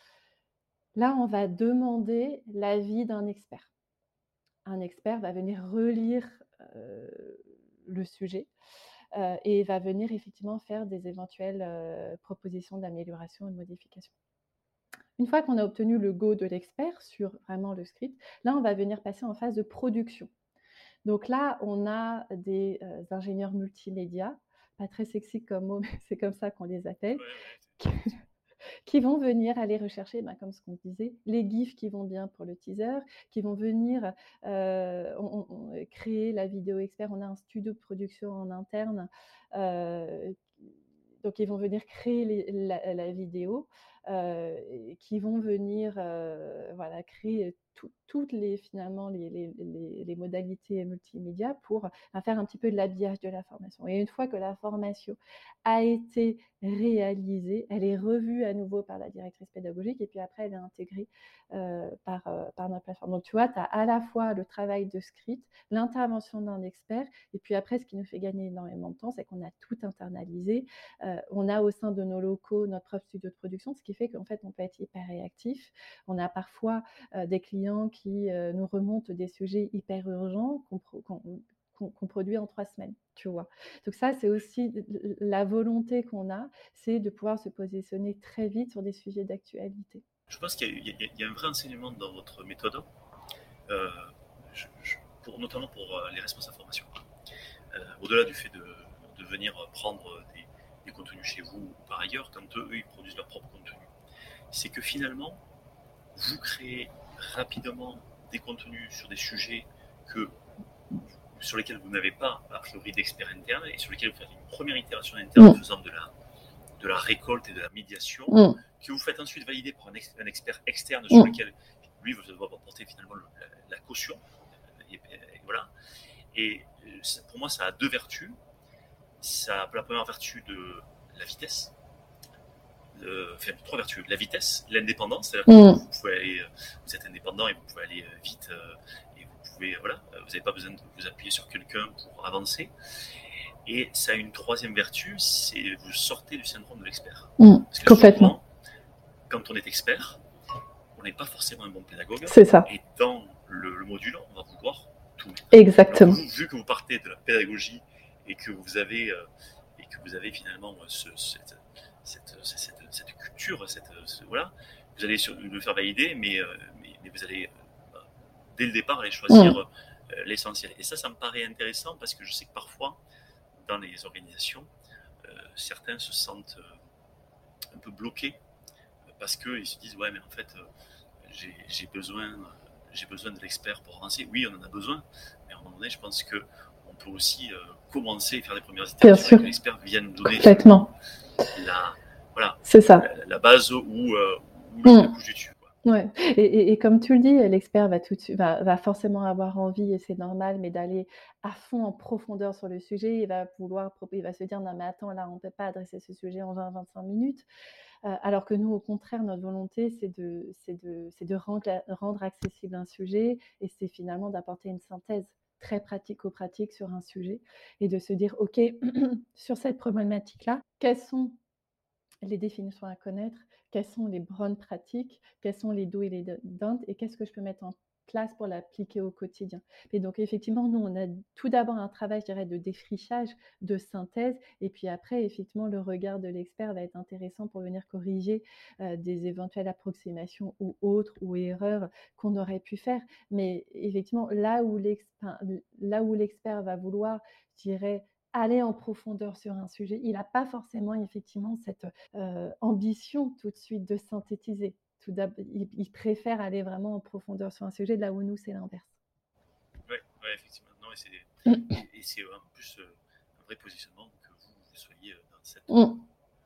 là, on va demander l'avis d'un expert. Un expert va venir relire euh, le sujet euh, et va venir effectivement faire des éventuelles euh, propositions d'amélioration et de modification. Une fois qu'on a obtenu le go de l'expert sur vraiment le script, là, on va venir passer en phase de production. Donc là, on a des euh, ingénieurs multimédia, pas très sexy comme mot, mais c'est comme ça qu'on les appelle, Ouais, ouais. qui vont venir aller rechercher, ben, comme ce qu'on disait, les gifs qui vont bien pour le teaser, qui vont venir euh, on, on, créer la vidéo expert. On a un studio de production en interne, euh, donc ils vont venir créer les, la, la vidéo, euh, qui vont venir euh, voilà, créer tout, toutes les, finalement, les, les, les, les modalités multimédia pour faire un petit peu de l'habillage de la formation. Et une fois que la formation a été réalisée, elle est revue à nouveau par la directrice pédagogique et puis après, elle est intégrée euh, par, euh, par notre plateforme. Donc, tu vois, tu as à la fois le travail de script, l'intervention d'un expert, et puis après, ce qui nous fait gagner énormément de temps, c'est qu'on a tout internalisé. Euh, on a au sein de nos locaux notre propre studio de production, ce qui fait qu'en fait, on peut être hyper réactif. On a parfois euh, des clients qui euh, nous remontent des sujets hyper urgents qu'on, qu'on, qu'on, qu'on produit en trois semaines, tu vois. Donc ça, c'est aussi la volonté qu'on a, c'est de pouvoir se positionner très vite sur des sujets d'actualité. Je pense qu'il y a, il y a, il y a un vrai enseignement dans votre méthode, euh, je, je, pour, notamment pour euh, les responsables formation. Euh, au-delà du fait de, de venir prendre des, des contenus chez vous ou par ailleurs, quand eux, eux, ils produisent leur propre contenu, c'est que finalement, vous créez rapidement des contenus sur des sujets que, sur lesquels vous n'avez pas, a priori, d'experts internes et sur lesquels vous faites une première itération interne mmh. en faisant de la, de la récolte et de la médiation, mmh. que vous faites ensuite valider par un, ex, un expert externe sur mmh. lequel, lui, vous devez apporter finalement le, la, la caution. Et, et, et voilà. Et pour moi, ça a deux vertus. Ça a la première vertu de la vitesse. Euh, enfin, trois vertus. La vitesse, l'indépendance, c'est-à-dire que mmh. vous pouvez aller, vous êtes indépendant et vous pouvez aller vite euh, et vous pouvez, voilà, vous n'avez pas besoin de vous appuyer sur quelqu'un pour avancer. Et ça a une troisième vertu, c'est vous sortez du syndrome de l'expert. Mmh, Parce que complètement. Souvent, quand on est expert, on n'est pas forcément un bon pédagogue. C'est ça. Et dans le, le module, on va vouloir tout mettre. Exactement. Vous, vu que vous partez de la pédagogie et que vous avez, euh, et que vous avez finalement ce, cette, cette, cette, cette culture, cette, ce, voilà, vous allez sur, le faire valider, mais, euh, mais, mais vous allez, euh, dès le départ, aller choisir mmh. euh, l'essentiel. Et ça, ça me paraît intéressant parce que je sais que parfois, dans les organisations, euh, certains se sentent euh, un peu bloqués parce qu'ils se disent ouais mais en fait euh, j'ai, j'ai besoin euh, j'ai besoin de l'expert pour avancer. Oui, on en a besoin, mais à un moment donné, je pense que on peut aussi euh, commencer et faire des premières itérations et que l'expert vienne donner la voilà c'est ça. La, la base ou, euh, ou mmh. la couche du dessus. Ouais. Et, et, et comme tu le dis, l'expert va, tout de suite, va, va forcément avoir envie, et c'est normal, mais d'aller à fond en profondeur sur le sujet. Il va vouloir, il va se dire non mais attends, là on ne peut pas adresser ce sujet en vingt à vingt-cinq minutes. Euh, alors que nous, au contraire, notre volonté, c'est de, c'est de, c'est de rendre, rendre accessible un sujet, et c'est finalement d'apporter une synthèse très pratico-pratique sur un sujet et de se dire ok, sur cette problématique-là, quelles sont les définitions à connaître, quelles sont les bonnes pratiques, quels sont les do et les don't, et qu'est-ce que je peux mettre en place pour l'appliquer au quotidien. Et donc, effectivement, nous, on a tout d'abord un travail, je dirais, de défrichage, de synthèse, et puis après, effectivement, le regard de l'expert va être intéressant pour venir corriger euh, des éventuelles approximations ou autres, ou erreurs qu'on aurait pu faire. Mais effectivement, là où l'expert, là où l'expert va vouloir, je dirais, aller en profondeur sur un sujet, il n'a pas forcément effectivement cette euh, ambition tout de suite de synthétiser. Tout il, il préfère aller vraiment en profondeur sur un sujet, là où nous, c'est l'inverse. Oui, ouais, effectivement. Non, et, c'est, mm. et, et c'est en plus euh, un vrai positionnement que vous, vous soyez dans cette mm.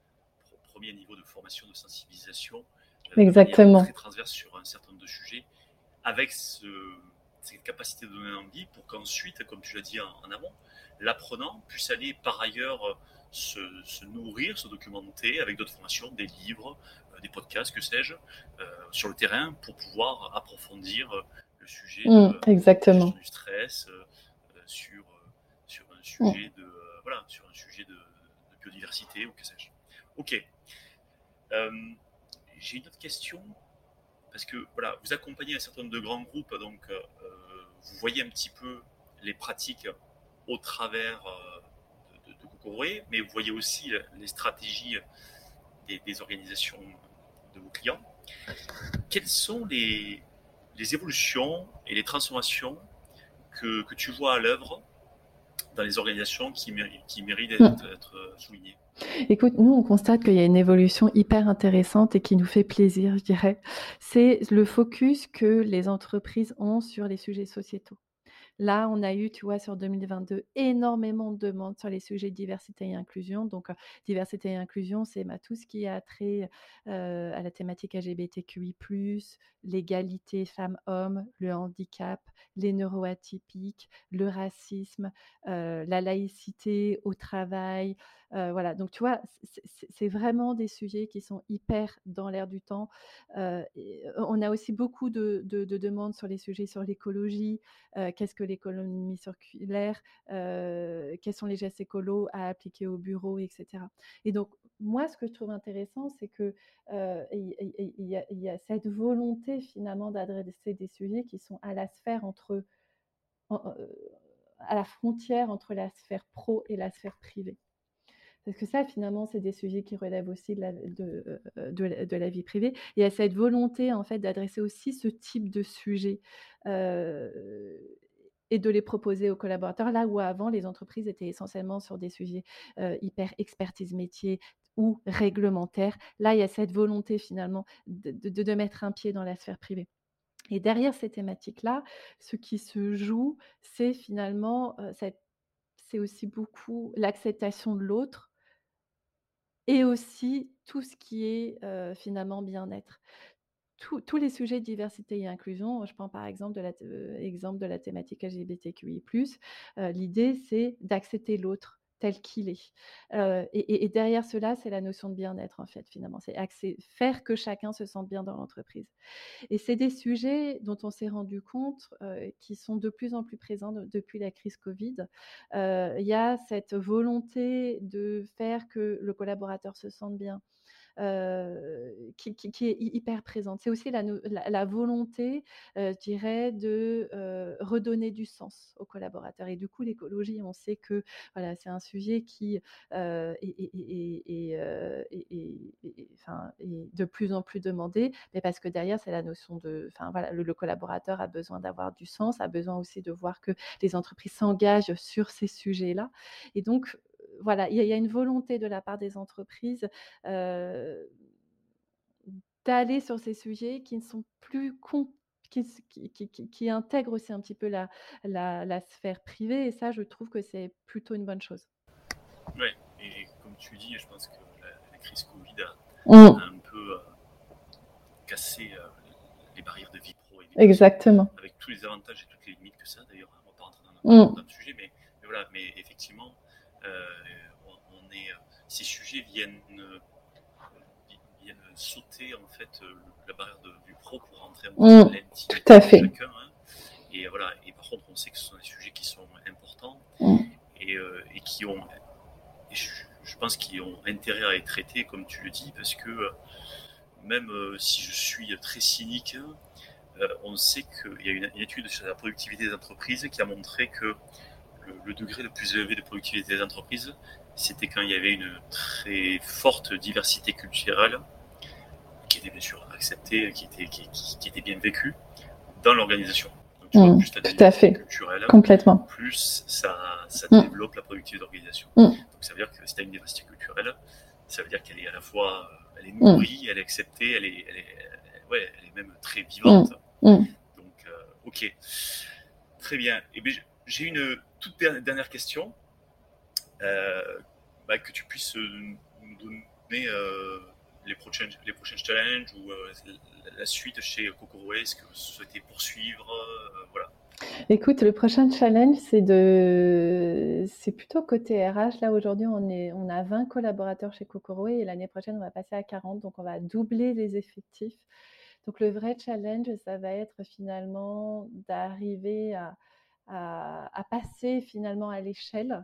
pro- premier niveau de formation, de sensibilisation, euh, exactement, de très transverse sur un certain nombre de sujets, avec ce, cette capacité de donner envie pour qu'ensuite, comme tu l'as dit en, en amont, l'apprenant puisse aller par ailleurs se, se nourrir, se documenter avec d'autres formations, des livres, euh, des podcasts, que sais-je, euh, sur le terrain pour pouvoir approfondir euh, le sujet mmh, de, exactement. de gestion du stress, euh, sur, euh, sur un sujet mmh. de euh, voilà, sur un sujet de, de biodiversité ou que sais-je. Ok. Euh, j'ai une autre question parce que voilà, vous accompagnez un certain nombre de grands groupes, donc euh, vous voyez un petit peu les pratiques au travers de, de, de Kokoroé, mais vous voyez aussi les stratégies des, des organisations de vos clients. Quelles sont les, les évolutions et les transformations que, que tu vois à l'œuvre dans les organisations qui, méri- qui méritent Mmh. d'être d'être soulignées? Écoute, nous, on constate qu'il y a une évolution hyper intéressante et qui nous fait plaisir, je dirais. C'est le focus que les entreprises ont sur les sujets sociétaux. Là, on a eu, tu vois, sur deux mille vingt-deux, énormément de demandes sur les sujets diversité et inclusion. Donc, heu, diversité et inclusion, c'est, bah, tout ce qui a trait, heu, à la thématique L G B T Q I plus, l'égalité femmes-hommes, le handicap, les neuroatypiques, le racisme, heu, la laïcité au travail, heu, voilà. Donc tu vois, c'est c'est c'est vraiment des sujets qui sont hyper dans l'air du temps, heu et on a aussi beaucoup de de de demandes sur les sujets sur l'écologie, heu, qu'est-ce que l'économie circulaire, heu, quels sont les gestes écolos à appliquer au bureau et cetera. Et donc moi, ce que je trouve intéressant, c'est que, heu, il il il il y a il y a cette volonté finalement d'adresser des sujets qui sont à la sphère entre en heu, à la frontière entre la sphère pro et la sphère privée. Parce que ça, finalement, c'est des sujets qui relèvent aussi de la de, heu, de la de la vie privée. Il y a cette volonté, en fait, d'adresser aussi ce type de sujet, heu et de les proposer aux collaborateurs. Là où avant, les entreprises étaient essentiellement sur des sujets, heu, hyper expertise métier ou réglementaires. Là, il y a cette volonté, finalement, de de de mettre un pied dans la sphère privée. Et derrière ces thématiques-là, ce qui se joue, c'est finalement, heu, cette c'est aussi beaucoup l'acceptation de l'autre et aussi tout ce qui est, heu, finalement bien-être. Tous tous les sujets de diversité et inclusion, je prends par exemple de la t heu, exemple de la thématique L G B T Q I plus, heu, l'idée c'est d'accepter l'autre tel qu'il est. Heu et et et derrière cela, c'est la notion de bien-être en fait, finalement. C'est accé faire que chacun se sente bien dans l'entreprise. Et c'est des sujets dont on s'est rendu compte, heu, qui sont de plus en plus présents de depuis la crise covid. Heu, il y a cette volonté de faire que le collaborateur se sente bien, heu, qui qui qui est hy hyper présente. C'est aussi la no la la volonté, heu, je dirais de, heu, redonner du sens aux collaborateurs et du coup l'écologie, on sait que, voilà, c'est un sujet qui, heu, est est est est est, heu, est est est est enfin, est de plus en plus demandé, mais parce que derrière, c'est la notion de enfin, voilà, le le collaborateur a besoin d'avoir du sens, a besoin aussi de voir que les entreprises s'engagent sur ces sujets-là et donc, voilà, il y a il y a une volonté de la part des entreprises, heu, d'aller sur ces sujets qui ne sont plus com qui s qui qui qui qui intègrent aussi un petit peu la la la sphère privée et ça, je trouve que c'est plutôt une bonne chose. Ouais, et comme tu dis, je pense que la, la crise Covid a, a Mmh. un peu euh, cassé euh, les barrières de vie pro et vie perso, Exactement. avec tous les avantages et toutes les limites que ça. D'ailleurs, on ne va pas rentrer dans, dans, Mmh. dans le sujet, mais, mais voilà, mais effectivement, euh, on, on est, ces sujets viennent, euh, viennent sauter en fait euh, la barrière de, du pro pour rentrer un peu Mmh. dans Tout à l'intimité de fait. chacun. Hein. Et voilà. Et par contre, on sait que ce sont des sujets qui sont importants Mmh. et, euh, et qui ont, et je, je pense qu'ils ont intérêt à être traités, comme tu le dis, parce que euh, même euh, si je suis très cynique, euh, on sait qu'il y a une, une étude sur la productivité des entreprises qui a montré que le, le degré le plus élevé de productivité des entreprises, c'était quand il y avait une très forte diversité culturelle, qui était bien sûr acceptée, qui était, qui, qui, qui était bien vécue dans l'organisation. Donc tu vois, Mmh. plus tu as de Tout à diversité fait. culturelle, Complètement. plus ça, ça Mmh. développe la productivité d'organisation. Mmh. Donc ça veut dire que si tu as une diversité culturelle, ça veut dire qu'elle est à la fois elle est Mmh. nourrie, elle est acceptée, elle est, elle est, elle, ouais, elle est même très Mmh. vivante. Mmh. Donc, euh, ok, très bien. Et bien, j'ai une toute dernière question, euh, bah, que tu puisses nous donner euh, les prochains les prochains challenges ou euh, la suite chez Kokoro. Est-ce que vous souhaitez poursuivre, euh, voilà. Écoute, le prochain challenge, c'est de c'est plutôt côté R H. Là, aujourd'hui, on est on a vingt collaborateurs chez Kokoro et l'année prochaine, on va passer à quarante, donc on va doubler les effectifs. Donc le vrai challenge, ça va être finalement d'arriver à à à passer finalement à l'échelle,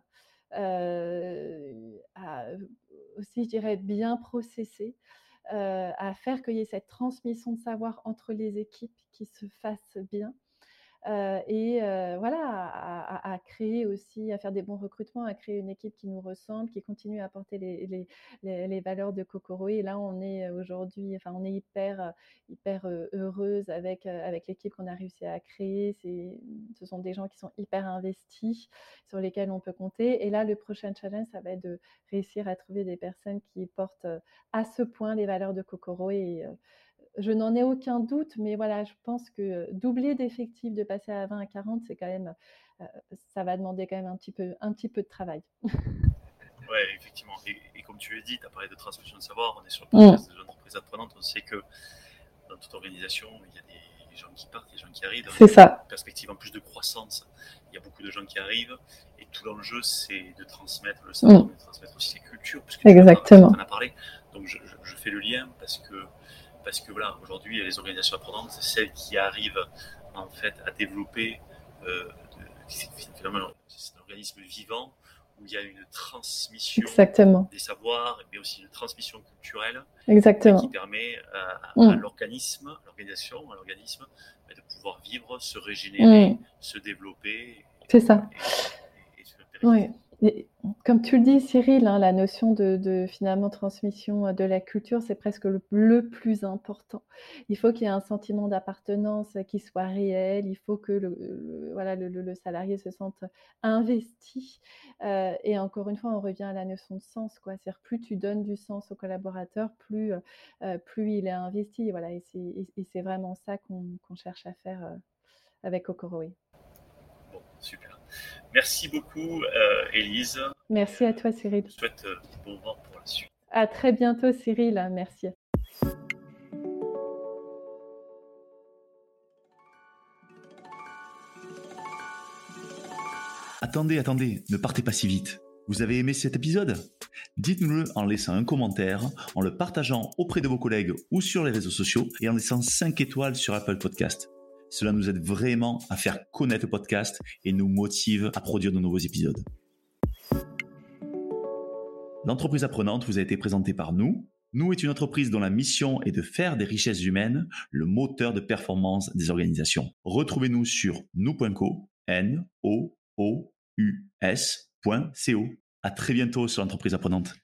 heu, à aussi, je dirais, bien processer, heu, à faire qu'il y ait cette transmission de savoir entre les équipes qui se fasse bien. heu et heu, voilà, à à à créer aussi, à faire des bons recrutements, à créer une équipe qui nous ressemble, qui continue à apporter les les les les valeurs de Kokoro. Et là, on est aujourd'hui, enfin, on est hyper, hyper, heu, heureuse avec, heu, avec l'équipe qu'on a réussi à créer. C'est ce sont des gens qui sont hyper investis, sur lesquels on peut compter. Et là, le prochain challenge, ça va être de réussir à trouver des personnes qui portent, heu, à ce point les valeurs de Kokoro. Et heu, je n'en ai aucun doute, mais voilà, je pense que doubler d'effectifs, de passer à vingt à quarante, c'est quand même, heu, ça va demander quand même un petit peu un petit peu de travail. Ouais, effectivement. Et, et comme tu l'as dit, tu as parlé de transmission de savoir, on est sur le Mmh. podcast de l'entreprise apprenante, on sait que dans toute organisation, il y a des gens qui partent, des gens qui arrivent, dans C'est une ça. perspective en plus de croissance, il y a beaucoup de gens qui arrivent, et tout l'enjeu, c'est de transmettre le savoir, Mmh. mais de transmettre aussi la culture, puisque tu en as, Exactement. tu en as parlé. Donc je, je, je fais le lien parce que, parce que voilà, aujourd'hui, les organisations apprenantes, c'est celles qui arrivent en fait à développer, euh, de, c'est, finalement, c'est un organisme vivant où il y a une transmission Exactement. des savoirs, mais aussi une transmission culturelle Exactement. qui permet à, Mmh. à l'organisme, à l'organisation, à l'organisme de pouvoir vivre, se régénérer, Mmh. se développer. C'est ça. Et, et, et se pérenniser. Ouais. Et comme tu le dis, Cyril, hein, la notion de, de finalement transmission de la culture, c'est presque le, le plus important. Il faut qu'il y ait un sentiment d'appartenance qui soit réel. Il faut que le, le- voilà, le, le- le salarié se sente investi. Euh, et encore une fois, on revient à la notion de sens, quoi. C'est-à-dire, plus tu donnes du sens au collaborateur, plus, euh, plus il est investi. Voilà, et c'est, et, et c'est vraiment ça qu'on, qu'on cherche à faire euh, avec Kokoro. Bon, super. Merci beaucoup, euh, Élise. Merci à toi, Cyril. Je vous souhaite euh, bon vent pour la suite. À très bientôt, Cyril. Merci. Attendez, attendez, ne partez pas si vite. Vous avez aimé cet épisode ? Dites-nous-le en laissant un commentaire, en le partageant auprès de vos collègues ou sur les réseaux sociaux et en laissant cinq étoiles sur Apple Podcast. Cela nous aide vraiment à faire connaître le podcast et nous motive à produire de nouveaux épisodes. L'entreprise apprenante vous a été présentée par nous. Nous est une entreprise dont la mission est de faire des richesses humaines le moteur de performance des organisations. Retrouvez-nous sur nous point co, N O O U S point C O. À très bientôt sur l'entreprise apprenante.